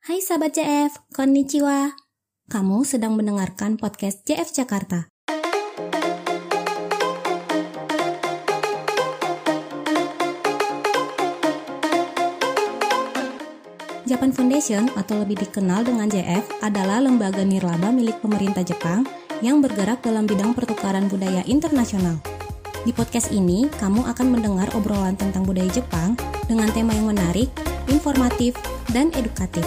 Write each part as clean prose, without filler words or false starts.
Hai sahabat JF, konnichiwa. Kamu sedang mendengarkan podcast JF Jakarta. Japan Foundation atau lebih dikenal dengan JF adalah lembaga nirlaba milik pemerintah Jepang yang bergerak dalam bidang pertukaran budaya internasional. Di podcast ini, kamu akan mendengar obrolan tentang budaya Jepang dengan tema yang menarik, informatif, dan edukatif.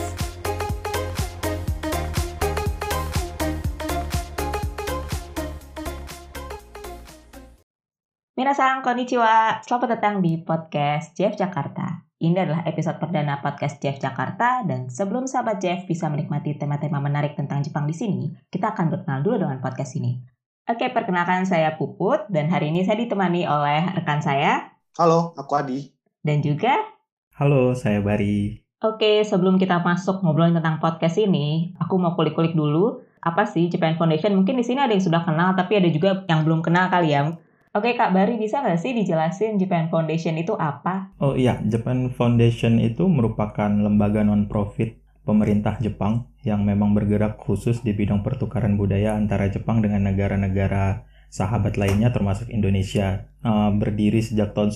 Minasan konnichiwa, selamat datang di podcast JF Jakarta. Ini adalah episode perdana podcast JF Jakarta, dan sebelum sahabat JF bisa menikmati tema-tema menarik tentang Jepang di sini, kita akan berkenal dulu dengan podcast ini. Oke, perkenalkan saya Puput, dan hari ini saya ditemani oleh rekan saya. Halo, aku Adi. Dan juga... Halo, saya Bari. Oke, sebelum kita masuk ngobrolin tentang podcast ini, aku mau kulik-kulik dulu. Apa sih Japan Foundation? Mungkin di sini ada yang sudah kenal, tapi ada juga yang belum kenal kali ya. Oke Kak Bari, bisa nggak sih dijelasin Japan Foundation itu apa? Oh iya, Japan Foundation itu merupakan lembaga non-profit pemerintah Jepang yang memang bergerak khusus di bidang pertukaran budaya antara Jepang dengan negara-negara sahabat lainnya termasuk Indonesia. Berdiri sejak tahun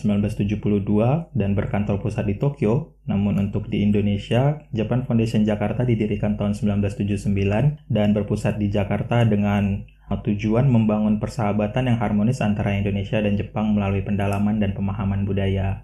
1972 dan berkantor pusat di Tokyo. Namun untuk di Indonesia, Japan Foundation Jakarta didirikan tahun 1979 dan berpusat di Jakarta dengan tujuan membangun persahabatan yang harmonis antara Indonesia dan Jepang melalui pendalaman dan pemahaman budaya.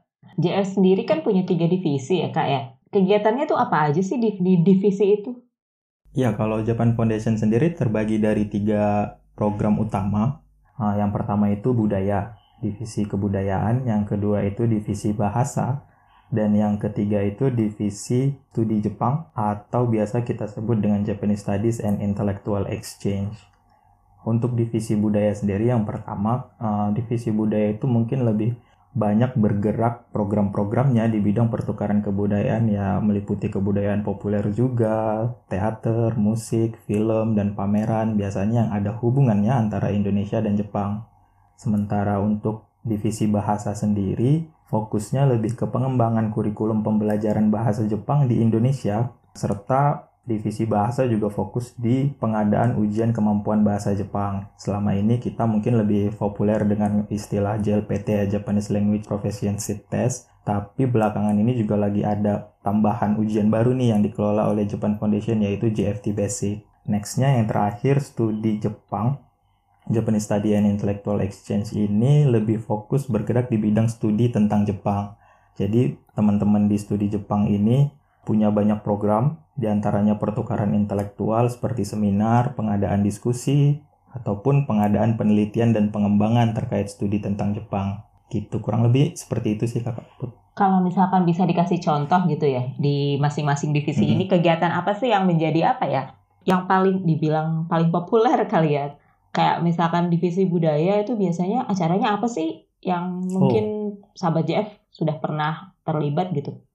JF sendiri kan punya 3 divisi ya Kak ya. Kegiatannya tuh apa aja sih di divisi itu? Ya, kalau Japan Foundation sendiri terbagi dari 3 program utama. Yang pertama itu budaya, divisi kebudayaan. Yang kedua itu divisi bahasa. Dan yang ketiga itu divisi studi Jepang atau biasa kita sebut dengan Japanese Studies and Intellectual Exchange. Untuk divisi budaya sendiri, yang pertama, divisi budaya itu mungkin lebih banyak bergerak program-programnya di bidang pertukaran kebudayaan, ya meliputi kebudayaan populer juga, teater, musik, film, dan pameran, biasanya yang ada hubungannya antara Indonesia dan Jepang. Sementara untuk divisi bahasa sendiri, fokusnya lebih ke pengembangan kurikulum pembelajaran bahasa Jepang di Indonesia, serta divisi bahasa juga fokus di pengadaan ujian kemampuan bahasa Jepang. Selama ini kita mungkin lebih populer dengan istilah JLPT, Japanese Language Proficiency Test, tapi belakangan ini juga lagi ada tambahan ujian baru nih yang dikelola oleh Japan Foundation, yaitu JFT Basic. Nextnya yang terakhir, studi Jepang. Japanese Study and Intellectual Exchange ini lebih fokus bergerak di bidang studi tentang Jepang. Jadi teman-teman di studi Jepang ini punya banyak program, diantaranya pertukaran intelektual seperti seminar, pengadaan diskusi, ataupun pengadaan penelitian dan pengembangan terkait studi tentang Jepang. Gitu, kurang lebih seperti itu sih Kakak Put. Kalau misalkan bisa dikasih contoh gitu ya, di masing-masing divisi ini kegiatan apa sih yang menjadi apa ya, yang paling dibilang paling populer kali ya? Kayak misalkan divisi budaya itu biasanya acaranya apa sih yang mungkin sahabat JF sudah pernah terlibat gitu?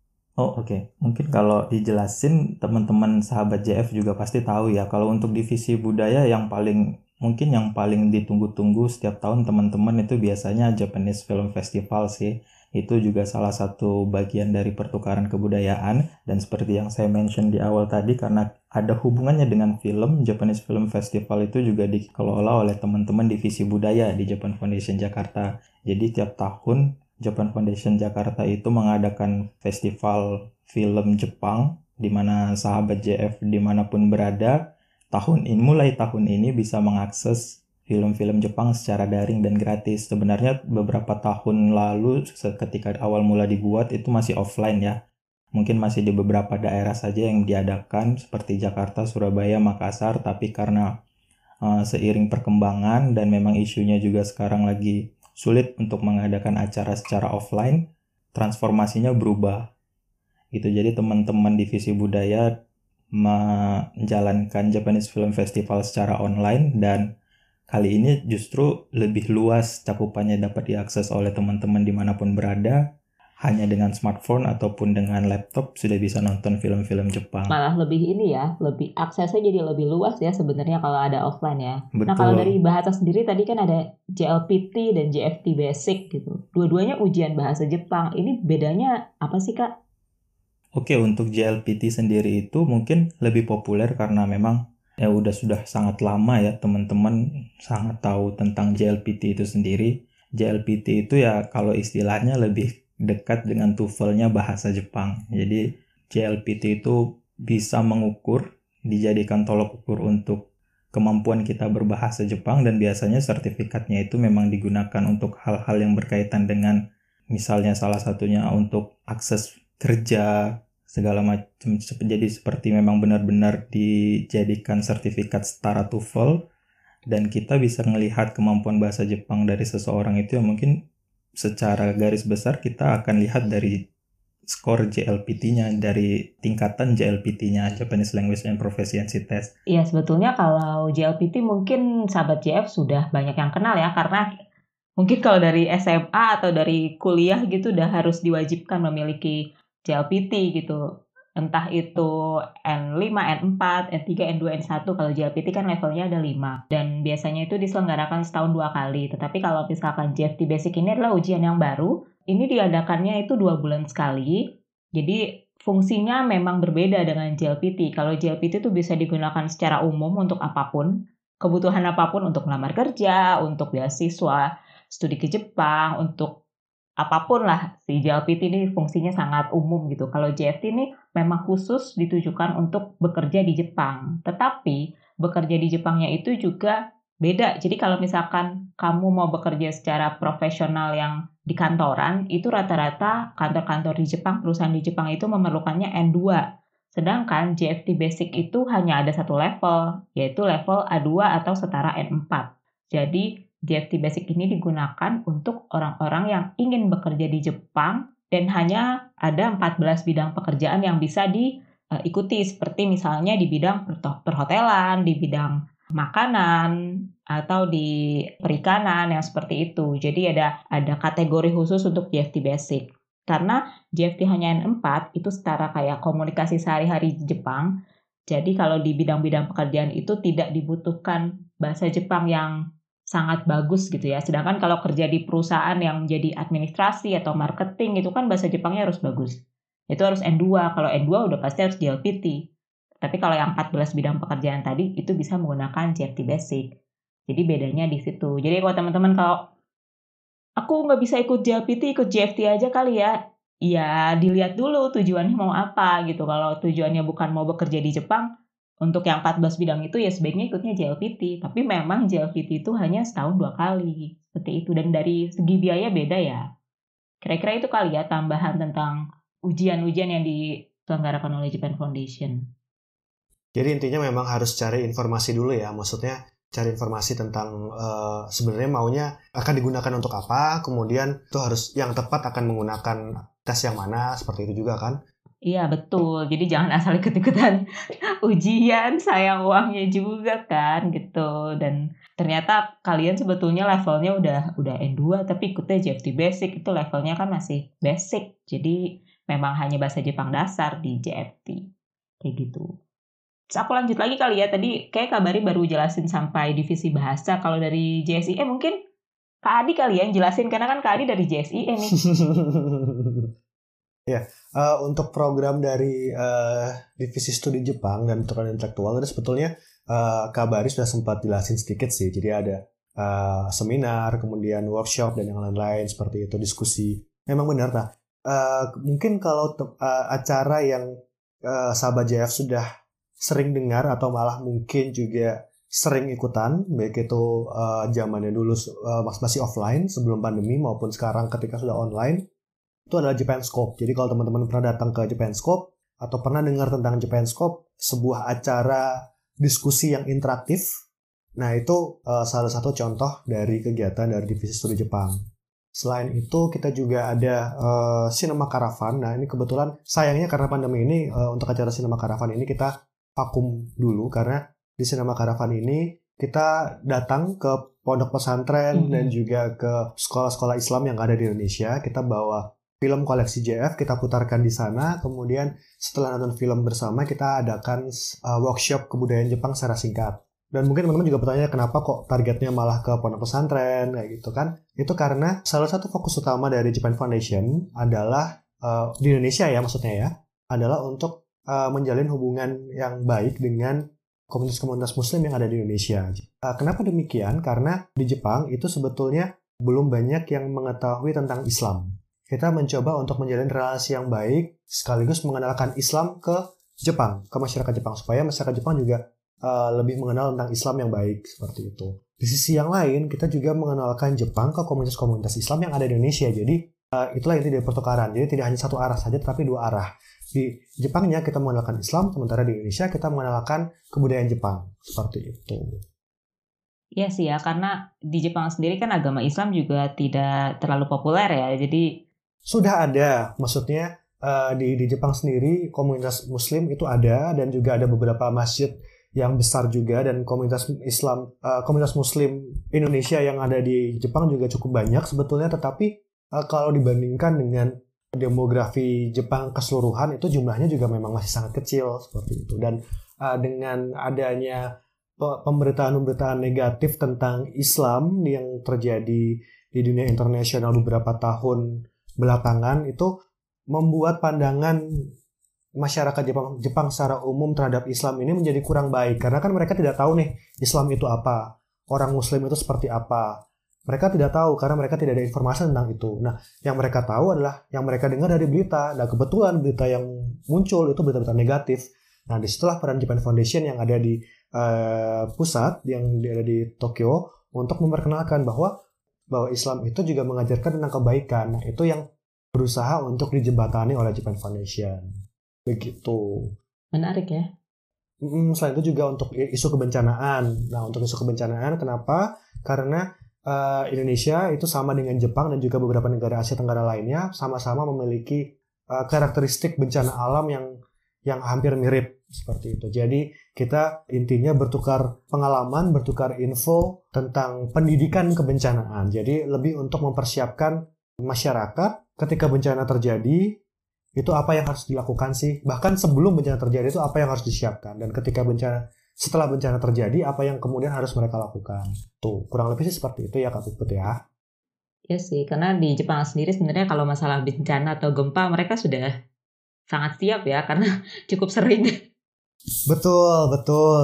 Oke. Mungkin kalau dijelasin teman-teman sahabat JF juga pasti tahu ya, kalau untuk divisi budaya yang paling ditunggu-tunggu setiap tahun teman-teman itu biasanya Japanese Film Festival sih. Itu juga salah satu bagian dari pertukaran kebudayaan, dan seperti yang saya mention di awal tadi, karena ada hubungannya dengan film, Japanese Film Festival itu juga dikelola oleh teman-teman divisi budaya di Japan Foundation Jakarta. Jadi tiap tahun Japan Foundation Jakarta itu mengadakan festival film Jepang, di mana sahabat JF dimanapun berada, mulai tahun ini bisa mengakses film-film Jepang secara daring dan gratis. Sebenarnya beberapa tahun lalu ketika awal mula dibuat itu masih offline ya. Mungkin masih di beberapa daerah saja yang diadakan seperti Jakarta, Surabaya, Makassar, tapi karena seiring perkembangan dan memang isunya juga sekarang lagi sulit untuk mengadakan acara secara offline, transformasinya berubah. Gitu. Jadi teman-teman divisi budaya menjalankan Japanese Film Festival secara online, dan kali ini justru lebih luas cakupannya, dapat diakses oleh teman-teman dimanapun berada. Hanya dengan smartphone ataupun dengan laptop sudah bisa nonton film-film Jepang. Malah lebih ini ya, lebih aksesnya jadi lebih luas ya sebenarnya kalau ada offline ya. Betul. Nah kalau dari bahasa sendiri tadi kan ada JLPT dan JFT Basic gitu. Dua-duanya ujian bahasa Jepang. Ini bedanya apa sih Kak? Oke, untuk JLPT sendiri itu mungkin lebih populer karena memang sudah sangat lama ya teman-teman sangat tahu tentang JLPT itu sendiri. JLPT itu ya kalau istilahnya lebih dekat dengan TOEFL-nya bahasa Jepang. Jadi JLPT itu bisa mengukur, dijadikan tolok ukur untuk kemampuan kita berbahasa Jepang, dan biasanya sertifikatnya itu memang digunakan untuk hal-hal yang berkaitan dengan misalnya salah satunya untuk akses kerja segala macam. Jadi seperti memang benar-benar dijadikan sertifikat setara TOEFL, dan kita bisa melihat kemampuan bahasa Jepang dari seseorang itu yang mungkin secara garis besar kita akan lihat dari skor JLPT-nya, dari tingkatan JLPT-nya, Japanese Language and Proficiency Test. Iya, sebetulnya kalau JLPT mungkin sahabat JF sudah banyak yang kenal ya, karena mungkin kalau dari SMA atau dari kuliah gitu udah harus diwajibkan memiliki JLPT gitu. Entah itu N5, N4, N3, N2, N1. Kalau JLPT kan levelnya ada 5. Dan biasanya itu diselenggarakan setahun 2 kali. Tetapi kalau misalkan JFT Basic ini adalah ujian yang baru, ini diadakannya itu 2 bulan sekali. Jadi fungsinya memang berbeda dengan JLPT. Kalau JLPT itu bisa digunakan secara umum untuk apapun. Kebutuhan apapun, untuk melamar kerja, untuk beasiswa, studi ke Jepang, untuk apapun lah, si JLPT ini fungsinya sangat umum gitu. Kalau JFT ini memang khusus ditujukan untuk bekerja di Jepang. Tetapi bekerja di Jepangnya itu juga beda. Jadi kalau misalkan kamu mau bekerja secara profesional yang di kantoran, itu rata-rata kantor-kantor di Jepang, perusahaan di Jepang itu memerlukannya N2. Sedangkan JFT Basic itu hanya ada satu level, yaitu level A2 atau setara N4. Jadi JFT Basic ini digunakan untuk orang-orang yang ingin bekerja di Jepang dan hanya ada 14 bidang pekerjaan yang bisa diikuti, seperti misalnya di bidang perhotelan, di bidang makanan, atau di perikanan yang seperti itu. Jadi ada kategori khusus untuk JFT Basic. Karena JFT hanya N4, itu setara kayak komunikasi sehari-hari di Jepang. Jadi kalau di bidang-bidang pekerjaan itu tidak dibutuhkan bahasa Jepang yang sangat bagus gitu ya. Sedangkan kalau kerja di perusahaan yang menjadi administrasi atau marketing itu kan bahasa Jepangnya harus bagus. Itu harus N2. Kalau N2 udah pasti harus JLPT. Tapi kalau yang 14 bidang pekerjaan tadi itu bisa menggunakan JFT Basic. Jadi bedanya di situ. Jadi kalau teman-teman kalau aku nggak bisa ikut JLPT, ikut JFT aja kali ya. Ya dilihat dulu tujuannya mau apa gitu. Kalau tujuannya bukan mau bekerja di Jepang, untuk yang 14 bidang itu ya sebaiknya ikutnya JLPT. Tapi memang JLPT itu hanya setahun 2 kali. Seperti itu. Dan dari segi biaya beda ya. Kira-kira itu kali ya tambahan tentang ujian-ujian yang diselenggarakan oleh Japan Foundation. Jadi intinya memang harus cari informasi dulu ya. Maksudnya cari informasi tentang sebenarnya maunya akan digunakan untuk apa. Kemudian itu harus yang tepat akan menggunakan tes yang mana. Seperti itu juga kan. Iya betul, jadi jangan asal ikut-ikutan ujian, sayang uangnya juga kan gitu. Dan ternyata kalian sebetulnya levelnya udah N2 tapi ikutnya JFT Basic, itu levelnya kan masih basic. Jadi memang hanya bahasa Jepang dasar di JFT, kayak gitu. Terus aku lanjut lagi kali ya, tadi kayak Kak Bari baru jelasin sampai divisi bahasa. Kalau dari JSIE mungkin Kak Adi kali ya yang jelasin, karena kan Kak Adi dari JSIE nih. Ya, untuk program dari divisi studi Jepang dan keterampilan intelektual itu sebetulnya Kak Bari sudah sempat jelasin sedikit sih. Jadi ada seminar, kemudian workshop dan yang lain-lain seperti itu, diskusi. Memang benar. Nah, mungkin kalau acara yang sahabat JF sudah sering dengar atau malah mungkin juga sering ikutan, baik itu zamannya dulu masih offline sebelum pandemi maupun sekarang ketika sudah online, itu adalah Japanscope. Jadi kalau teman-teman pernah datang ke Japanscope atau pernah dengar tentang Japanscope, sebuah acara diskusi yang interaktif, nah itu salah satu contoh dari kegiatan dari divisi studi Jepang. Selain itu kita juga ada Cinema Caravan. Nah ini kebetulan sayangnya karena pandemi ini untuk acara Cinema Caravan ini kita vakum dulu, karena di Cinema Caravan ini kita datang ke pondok pesantren dan juga ke sekolah-sekolah Islam yang ada di Indonesia. Kita bawa film koleksi JF, kita putarkan di sana. Kemudian setelah nonton film bersama, kita adakan workshop kebudayaan Jepang secara singkat. Dan mungkin teman-teman juga bertanya kenapa kok targetnya malah ke pondok pesantren kayak gitu kan? Itu karena salah satu fokus utama dari Japan Foundation adalah di Indonesia ya maksudnya ya, adalah untuk menjalin hubungan yang baik dengan komunitas-komunitas muslim yang ada di Indonesia. Kenapa demikian? Karena di Jepang itu sebetulnya belum banyak yang mengetahui tentang Islam. Kita mencoba untuk menjalin relasi yang baik sekaligus mengenalkan Islam ke Jepang, ke masyarakat Jepang, supaya masyarakat Jepang juga lebih mengenal tentang Islam yang baik, seperti itu. Di sisi yang lain, kita juga mengenalkan Jepang ke komunitas-komunitas Islam yang ada di Indonesia. Jadi itulah inti dari pertukaran. Jadi tidak hanya satu arah saja, tapi dua arah. Di Jepangnya kita mengenalkan Islam, sementara di Indonesia kita mengenalkan kebudayaan Jepang, seperti itu. Iya sih ya, karena di Jepang sendiri kan agama Islam juga tidak terlalu populer ya. Jadi sudah ada, maksudnya di Jepang sendiri komunitas Muslim itu ada, dan juga ada beberapa masjid yang besar juga, dan komunitas Islam, komunitas Muslim Indonesia yang ada di Jepang juga cukup banyak sebetulnya. Tetapi kalau dibandingkan dengan demografi Jepang keseluruhan, itu jumlahnya juga memang masih sangat kecil seperti itu. Dan dengan adanya pemberitaan-pemberitaan negatif tentang Islam yang terjadi di dunia internasional beberapa tahun belakangan, itu membuat pandangan masyarakat Jepang secara umum terhadap Islam ini menjadi kurang baik, karena kan mereka tidak tahu nih Islam itu apa, orang Muslim itu seperti apa. Mereka tidak tahu karena mereka tidak ada informasi tentang itu. Nah, yang mereka tahu adalah yang mereka dengar dari berita. Nah, kebetulan berita yang muncul itu berita-berita negatif. Nah, disitulah peran Japan Foundation yang ada di pusat, yang ada di Tokyo, untuk memperkenalkan bahwa Islam itu juga mengajarkan tentang kebaikan. Nah, itu yang berusaha untuk dijembatani oleh Japan Foundation. Begitu. Menarik ya. Selain itu juga untuk isu kebencanaan. Nah, untuk isu kebencanaan, kenapa? Karena Indonesia itu sama dengan Jepang dan juga beberapa negara Asia Tenggara lainnya sama-sama memiliki karakteristik bencana alam yang hampir mirip seperti itu. Jadi kita intinya bertukar pengalaman, bertukar info tentang pendidikan kebencanaan. Jadi lebih untuk mempersiapkan masyarakat ketika bencana terjadi, itu apa yang harus dilakukan sih? Bahkan sebelum bencana terjadi itu apa yang harus disiapkan, dan setelah bencana terjadi apa yang kemudian harus mereka lakukan. Tuh, kurang lebih sih seperti itu ya Kak Puput ya. Ya sih, karena di Jepang sendiri sebenarnya kalau masalah bencana atau gempa mereka sudah sangat siap ya, karena cukup sering. Betul.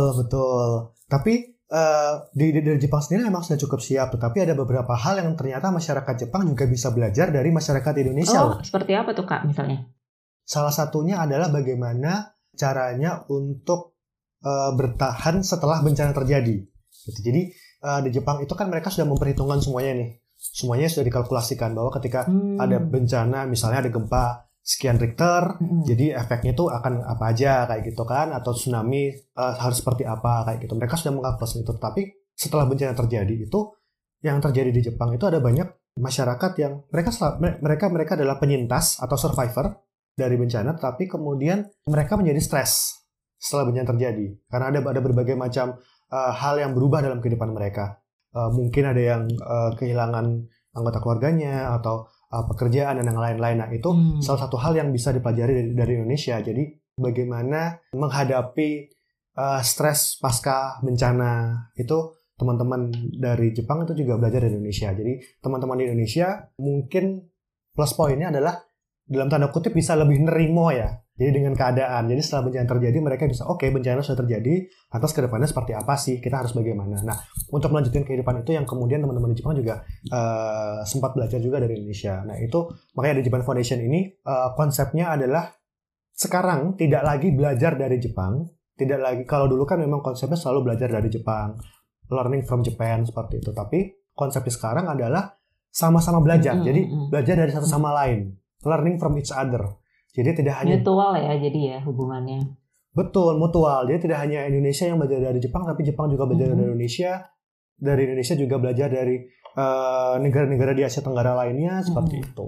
Tapi di Jepang sendiri memang sudah cukup siap, tetapi ada beberapa hal yang ternyata masyarakat Jepang juga bisa belajar dari masyarakat Indonesia. Oh, seperti apa tuh Kak misalnya? Salah satunya adalah bagaimana caranya untuk bertahan setelah bencana terjadi. Gitu. Jadi di Jepang itu kan mereka sudah memperhitungkan semuanya nih. Semuanya sudah dikalkulasikan bahwa ketika ada bencana, misalnya ada gempa sekian Richter, jadi efeknya tuh akan apa aja kayak gitu kan, atau tsunami harus seperti apa kayak gitu. Mereka sudah mengkalkulasi itu. Tapi setelah bencana terjadi itu, yang terjadi di Jepang itu ada banyak masyarakat yang mereka adalah penyintas atau survivor dari bencana, tapi kemudian mereka menjadi stres setelah bencana terjadi, karena ada berbagai macam hal yang berubah dalam kehidupan mereka. Mungkin ada yang kehilangan anggota keluarganya atau pekerjaan dan yang lain-lain. Nah, itu salah satu hal yang bisa dipelajari dari Indonesia. Jadi bagaimana menghadapi stres pasca bencana, itu teman-teman dari Jepang itu juga belajar dari Indonesia. Jadi teman-teman di Indonesia mungkin plus poinnya adalah dalam tanda kutip bisa lebih nerimo ya. Jadi dengan keadaan. Jadi setelah bencana terjadi mereka bisa bencana sudah terjadi, lantas ke depannya seperti apa sih? Kita harus bagaimana? Nah, untuk melanjutkan kehidupan itu yang kemudian teman-teman di Jepang juga sempat belajar juga dari Indonesia. Nah, itu makanya di Japan Foundation ini konsepnya adalah sekarang tidak lagi belajar dari Jepang, tidak lagi, kalau dulu kan memang konsepnya selalu belajar dari Jepang, learning from Japan seperti itu. Tapi konsepnya sekarang adalah sama-sama belajar. Jadi belajar dari satu sama lain, learning from each other. Jadi tidak hanya mutual ya, jadi ya hubungannya. Betul, mutual. Jadi tidak hanya Indonesia yang belajar dari Jepang, tapi Jepang juga belajar dari Indonesia. Dari Indonesia juga belajar dari negara-negara di Asia Tenggara lainnya, seperti itu.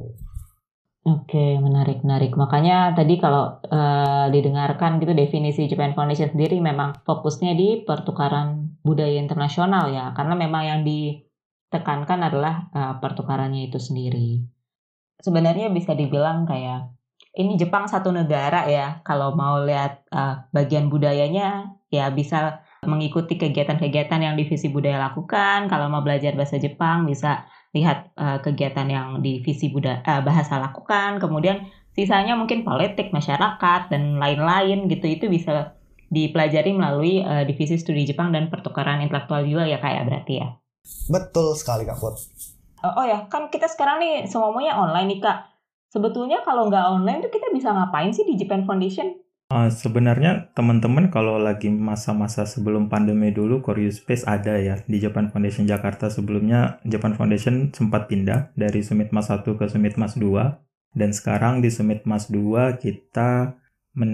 Oke, menarik. Makanya tadi kalau didengarkan gitu definisi Japan Foundation sendiri memang fokusnya di pertukaran budaya internasional ya, karena memang yang ditekankan adalah pertukarannya itu sendiri. Sebenarnya bisa dibilang kayak ini Jepang satu negara ya, kalau mau lihat bagian budayanya ya bisa mengikuti kegiatan-kegiatan yang divisi budaya lakukan. Kalau mau belajar bahasa Jepang bisa lihat kegiatan yang divisi bahasa lakukan. Kemudian Sisanya mungkin politik, masyarakat, dan lain-lain gitu. Itu bisa dipelajari melalui divisi studi Jepang dan pertukaran intelektual juga ya Kak ya berarti ya? Betul sekali Kak Put. Oh ya, kan kita sekarang nih semuanya online nih Kak. Sebetulnya kalau nggak online tuh kita bisa ngapain sih di Japan Foundation? Sebenarnya teman-teman kalau lagi masa-masa sebelum pandemi dulu, Curiospace ada ya di Japan Foundation Jakarta. Sebelumnya Japan Foundation sempat pindah dari Sumitmas 1 ke Sumitmas 2. Dan sekarang di Sumitmas 2 kita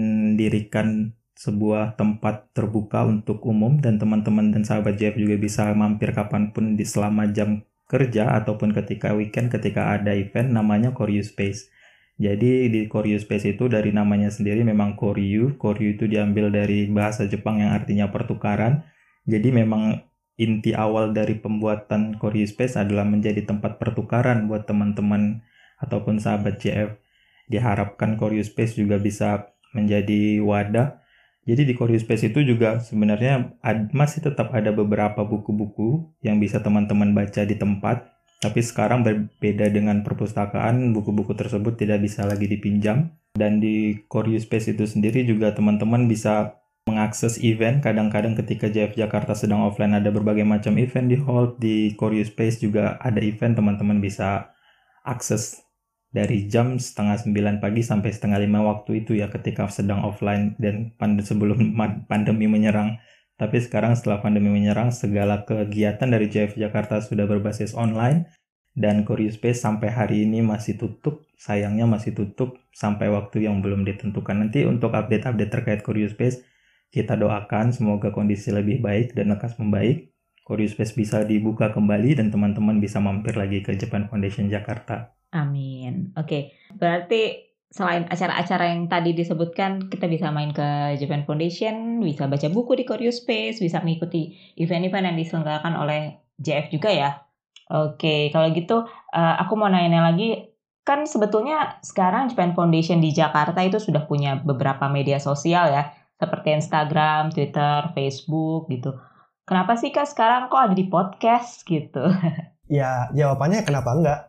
mendirikan sebuah tempat terbuka untuk umum dan teman-teman dan sahabat JF juga bisa mampir kapanpun di selama jam kerja ataupun ketika weekend ketika ada event namanya Curiospace. Jadi di Curiospace itu dari namanya sendiri memang Koryu itu diambil dari bahasa Jepang yang artinya pertukaran. Jadi memang inti awal dari pembuatan Curiospace adalah menjadi tempat pertukaran buat teman-teman ataupun sahabat JF. Diharapkan Curiospace juga bisa menjadi wadah. Jadi di Curiospace itu juga sebenarnya masih tetap ada beberapa buku-buku yang bisa teman-teman baca di tempat. Tapi sekarang berbeda dengan perpustakaan, buku-buku tersebut tidak bisa lagi dipinjam. Dan di Curiospace itu sendiri juga teman-teman bisa mengakses event. Kadang-kadang ketika JF Jakarta sedang offline ada berbagai macam event di hall. Di Curiospace juga ada event, teman-teman bisa akses dari jam 8:30 pagi sampai 4:30 waktu itu ya ketika sedang offline dan sebelum pandemi menyerang. Tapi sekarang setelah pandemi menyerang, segala kegiatan dari JF Jakarta sudah berbasis online dan Curiospace sampai hari ini masih tutup. Sayangnya masih tutup sampai waktu yang belum ditentukan. Nanti untuk update-update terkait Curiospace, kita doakan semoga kondisi lebih baik dan lekas membaik. Curiospace bisa dibuka kembali dan teman-teman bisa mampir lagi ke Japan Foundation Jakarta. Amin. Oke, berarti selain acara-acara yang tadi disebutkan, kita bisa main ke Japan Foundation, bisa baca buku di Curiospace, bisa mengikuti event-event yang diselenggarakan oleh JF juga ya. Oke, kalau gitu aku mau nanya lagi, kan sebetulnya sekarang Japan Foundation di Jakarta itu sudah punya beberapa media sosial ya, seperti Instagram, Twitter, Facebook gitu. Kenapa sih Kak sekarang kok ada di podcast gitu? Ya, jawabannya kenapa enggak?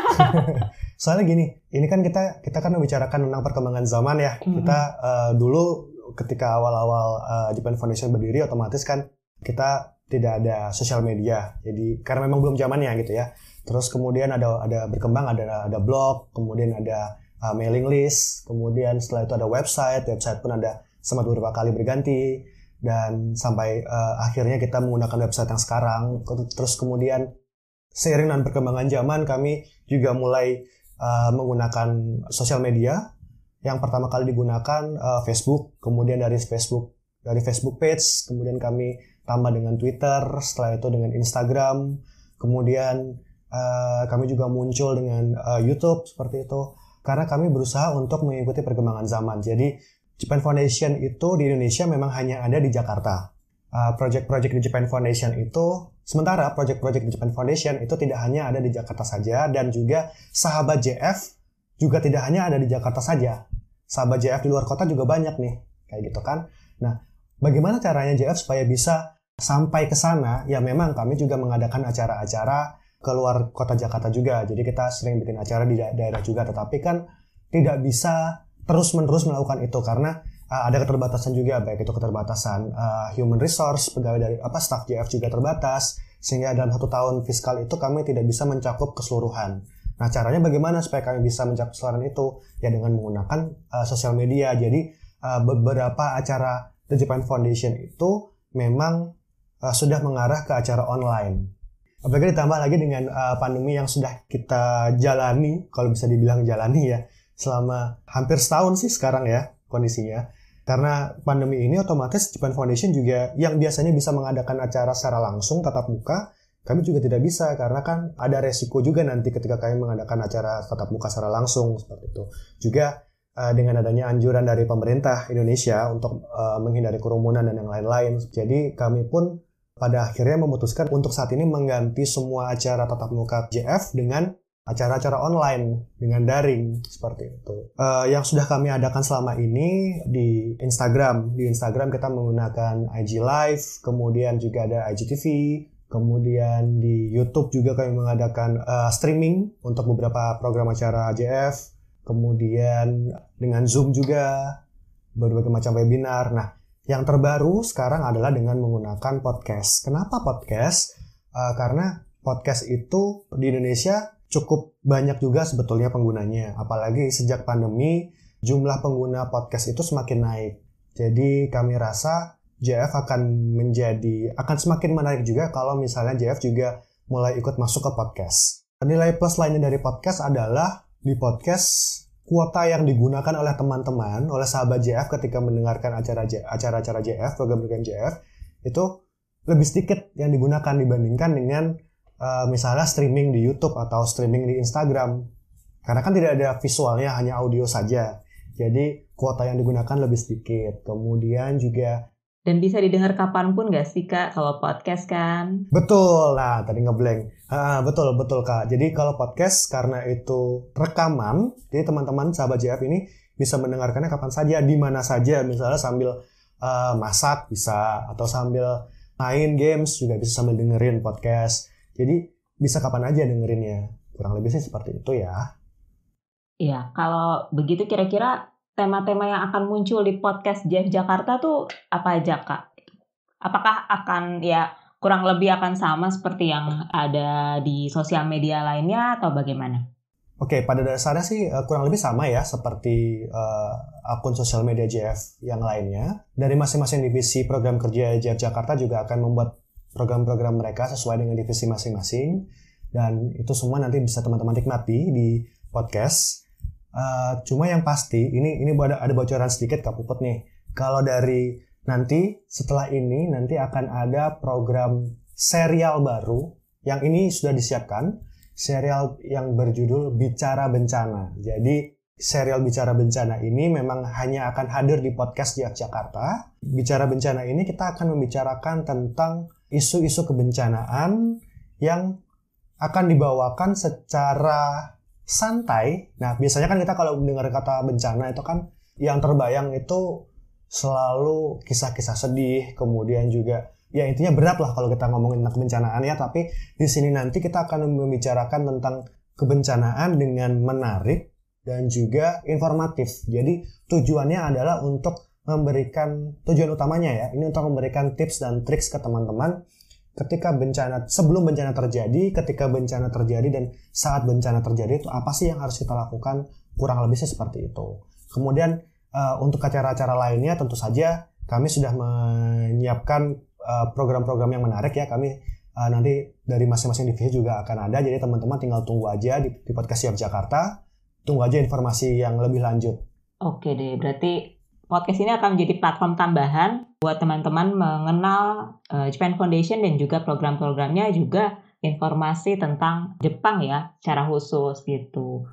Soalnya gini, ini kan kita kan membicarakan tentang perkembangan zaman ya. Kita dulu ketika awal-awal Japan Foundation berdiri, otomatis kan kita tidak ada sosial media. Jadi karena memang belum zamannya gitu ya. Terus kemudian ada berkembang, ada blog, kemudian ada mailing list, kemudian setelah itu ada website pun ada sempat beberapa kali berganti, dan sampai akhirnya kita menggunakan website yang sekarang. Terus kemudian seiring dengan perkembangan zaman, kami juga mulai menggunakan sosial media. Yang pertama kali digunakan Facebook, kemudian dari Facebook page, kemudian kami tambah dengan Twitter, setelah itu dengan Instagram, kemudian kami juga muncul dengan YouTube seperti itu. Karena kami berusaha untuk mengikuti perkembangan zaman. Jadi Japan Foundation itu di Indonesia memang hanya ada di Jakarta. Project-project di Japan Foundation itu, sementara project-project di Japan Foundation itu tidak hanya ada di Jakarta saja, dan juga sahabat JF juga tidak hanya ada di Jakarta saja. Sahabat JF di luar kota juga banyak nih, kayak gitu kan. Nah, bagaimana caranya JF supaya bisa sampai ke sana? Ya memang kami juga mengadakan acara-acara ke luar kota Jakarta juga. Jadi kita sering bikin acara di daerah juga, tetapi kan tidak bisa terus-menerus melakukan itu karena ada keterbatasan juga, baik itu keterbatasan human resource, pegawai dari staff JF juga terbatas, sehingga dalam 1 tahun fiskal itu kami tidak bisa mencakup keseluruhan. Nah, caranya bagaimana supaya kami bisa mencakup keseluruhan itu? Ya dengan menggunakan sosial media. Jadi beberapa acara The Japan Foundation itu memang sudah mengarah ke acara online. Apalagi ditambah lagi dengan pandemi yang sudah kita jalani, kalau bisa dibilang jalani ya, selama hampir setahun sih sekarang ya kondisinya. Karena pandemi ini otomatis Japan Foundation juga yang biasanya bisa mengadakan acara secara langsung tatap muka, kami juga tidak bisa karena kan ada resiko juga nanti ketika kami mengadakan acara tatap muka secara langsung seperti itu. Juga dengan adanya anjuran dari pemerintah Indonesia untuk menghindari kerumunan dan yang lain-lain. Jadi kami pun pada akhirnya memutuskan untuk saat ini mengganti semua acara tatap muka JF dengan acara-acara online dengan daring seperti itu. Yang sudah kami adakan selama ini di Instagram. Di Instagram kita menggunakan IG Live, kemudian juga ada IGTV, kemudian di YouTube juga kami mengadakan streaming untuk beberapa program acara JF. kemudian dengan Zoom juga, berbagai macam webinar. Nah, yang terbaru sekarang adalah dengan menggunakan podcast. Kenapa podcast? Karena podcast itu di Indonesia cukup banyak juga sebetulnya penggunanya. Apalagi sejak pandemi, jumlah pengguna podcast itu semakin naik. Jadi kami rasa JF akan semakin menarik juga kalau misalnya JF juga mulai ikut masuk ke podcast. Nilai plus lainnya dari podcast adalah di podcast kuota yang digunakan oleh teman-teman, oleh sahabat JF ketika mendengarkan acara-acara JF, program-program JF, itu lebih sedikit yang digunakan dibandingkan dengan misalnya streaming di YouTube atau streaming di Instagram. Karena kan tidak ada visualnya, hanya audio saja. Jadi kuota yang digunakan lebih sedikit. Kemudian juga... Dan bisa didengar kapanpun nggak sih Kak kalau podcast kan? Betul, nah tadi ngeblank. Betul Kak. Jadi kalau podcast karena itu rekaman, jadi teman-teman sahabat JF ini bisa mendengarkannya kapan saja, di mana saja. Misalnya sambil masak bisa, atau sambil main games juga bisa sambil dengerin podcast. Jadi bisa kapan aja dengerinnya. Kurang lebih sih seperti itu ya. Iya, kalau begitu kira-kira tema-tema yang akan muncul di podcast JF Jakarta tuh apa aja Kak? Apakah akan kurang lebih akan sama seperti yang ada di sosial media lainnya atau bagaimana? Oke, pada dasarnya sih kurang lebih sama ya seperti akun sosial media JF yang lainnya. Dari masing-masing divisi program kerja JF Jakarta juga akan membuat program-program mereka sesuai dengan divisi masing-masing. Dan itu semua nanti bisa teman-teman nikmati di podcast. Cuma yang pasti, ini ada bocoran sedikit Kak Puput nih. Kalau dari nanti, setelah ini, nanti akan ada program serial baru yang ini sudah disiapkan. Serial yang berjudul Bicara Bencana. Jadi serial Bicara Bencana ini memang hanya akan hadir di podcast JF Jakarta. Bicara Bencana ini kita akan membicarakan tentang isu-isu kebencanaan yang akan dibawakan secara santai. Nah, biasanya kan kita kalau mendengar kata bencana itu kan yang terbayang itu selalu kisah-kisah sedih, kemudian juga ya intinya berat lah kalau kita ngomongin tentang kebencanaan ya, tapi di sini nanti kita akan membicarakan tentang kebencanaan dengan menarik dan juga informatif. Jadi tujuannya adalah untuk tujuan utamanya ya, ini untuk memberikan tips dan triks ke teman-teman sebelum bencana terjadi, ketika bencana terjadi, dan saat bencana terjadi itu apa sih yang harus kita lakukan, kurang lebih seperti itu. Kemudian untuk acara-acara lainnya tentu saja kami sudah menyiapkan program-program yang menarik ya. Kami nanti dari masing-masing divisi juga akan ada, jadi teman-teman tinggal tunggu aja di podcast JF Jakarta, tunggu aja informasi yang lebih lanjut. Oke deh, berarti podcast ini akan menjadi platform tambahan buat teman-teman mengenal Japan Foundation dan juga program-programnya, juga informasi tentang Jepang ya, secara khusus gitu.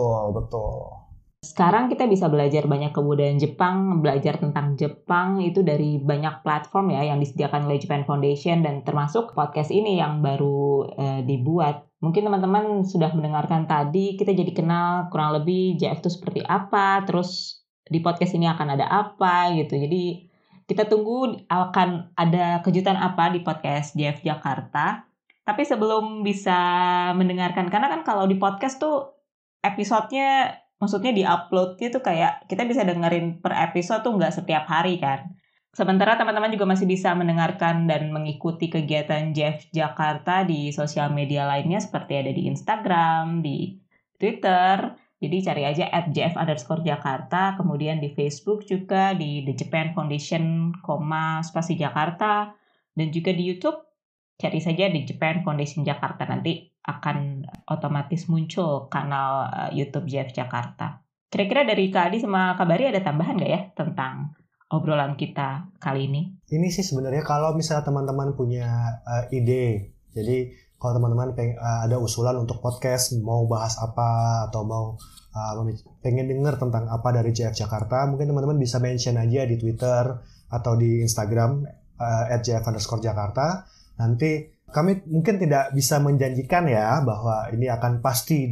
Betul. Sekarang kita bisa belajar banyak kebudayaan Jepang, belajar tentang Jepang itu dari banyak platform ya yang disediakan oleh Japan Foundation, dan termasuk podcast ini yang baru dibuat. Mungkin teman-teman sudah mendengarkan tadi, kita jadi kenal kurang lebih JF itu seperti apa, terus di podcast ini akan ada apa gitu. Jadi kita tunggu akan ada kejutan apa di podcast JF Jakarta. Tapi sebelum bisa mendengarkan, karena kan kalau di podcast tuh episodenya maksudnya di-upload gitu, kayak kita bisa dengerin per episode tuh nggak setiap hari kan. Sementara teman-teman juga masih bisa mendengarkan dan mengikuti kegiatan JF Jakarta di sosial media lainnya seperti ada di Instagram, di Twitter. Jadi cari aja @jf_jakarta, kemudian di Facebook juga di The Japan Foundation, Jakarta, dan juga di YouTube cari saja di Japan Foundation Jakarta, nanti akan otomatis muncul kanal YouTube JF Jakarta. Kira-kira dari Kak Adi sama Kak Bari ada tambahan nggak ya tentang obrolan kita kali ini? Ini sih sebenarnya kalau misalnya teman-teman punya ide, jadi kalau teman-teman ada usulan untuk podcast, mau bahas apa, atau mau pengen denger tentang apa dari JF Jakarta, mungkin teman-teman bisa mention aja di Twitter atau di Instagram @jf_jakarta. Nanti kami mungkin tidak bisa menjanjikan ya bahwa ini akan pasti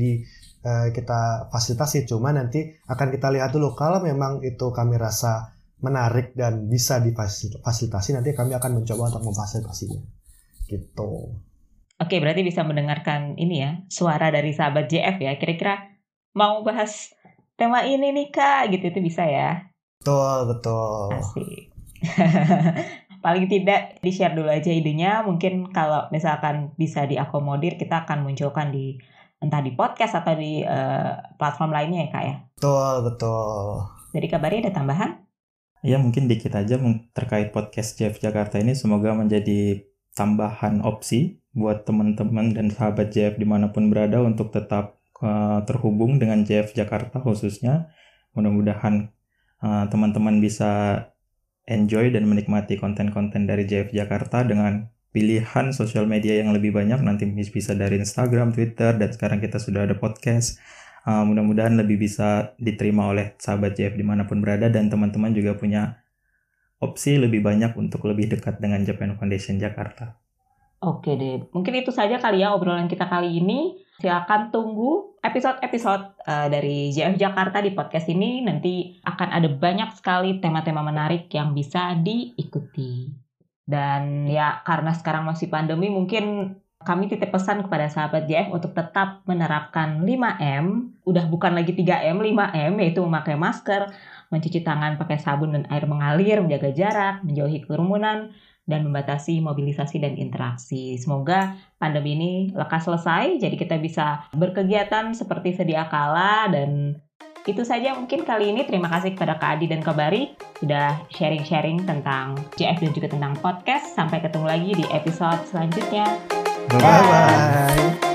kita fasilitasi, cuma nanti akan kita lihat dulu. Kalau memang itu kami rasa menarik dan bisa difasilitasi, nanti kami akan mencoba untuk memfasilitasinya. Gitu. Oke, berarti bisa mendengarkan ini ya, suara dari sahabat JF ya. Kira-kira mau bahas tema ini nih Kak, gitu itu bisa ya. Betul. Asik. Paling tidak di-share dulu aja idenya. Mungkin kalau misalkan bisa diakomodir, kita akan munculkan entah di podcast atau di platform lainnya ya Kak ya. Betul. Jadi Kak Bari ada tambahan? Ya mungkin dikit aja terkait podcast JF Jakarta ini, semoga menjadi tambahan opsi buat teman-teman dan sahabat JF dimanapun berada untuk tetap terhubung dengan JF Jakarta khususnya. Mudah-mudahan teman-teman bisa enjoy dan menikmati konten-konten dari JF Jakarta dengan pilihan sosial media yang lebih banyak. Nanti bisa dari Instagram, Twitter, dan sekarang kita sudah ada podcast. Mudah-mudahan lebih bisa diterima oleh sahabat JF dimanapun berada, dan teman-teman juga punya opsi lebih banyak untuk lebih dekat dengan Japan Foundation Jakarta. Oke deh, mungkin itu saja kali ya obrolan kita kali ini. Silakan tunggu episode-episode dari JF Jakarta di podcast ini. Nanti akan ada banyak sekali tema-tema menarik yang bisa diikuti. Dan ya karena sekarang masih pandemi, mungkin kami titip pesan kepada sahabat JF untuk tetap menerapkan 5M. Udah bukan lagi 3M, 5M, yaitu memakai masker, mencuci tangan pakai sabun dan air mengalir, menjaga jarak, menjauhi kerumunan, dan membatasi mobilisasi dan interaksi. Semoga pandemi ini lekas selesai, jadi kita bisa berkegiatan seperti sedia kala. Dan itu saja mungkin kali ini. Terima kasih kepada Kak Adi dan Kak Bari sudah sharing-sharing tentang JF dan juga tentang podcast. Sampai ketemu lagi di episode selanjutnya. Bye-bye.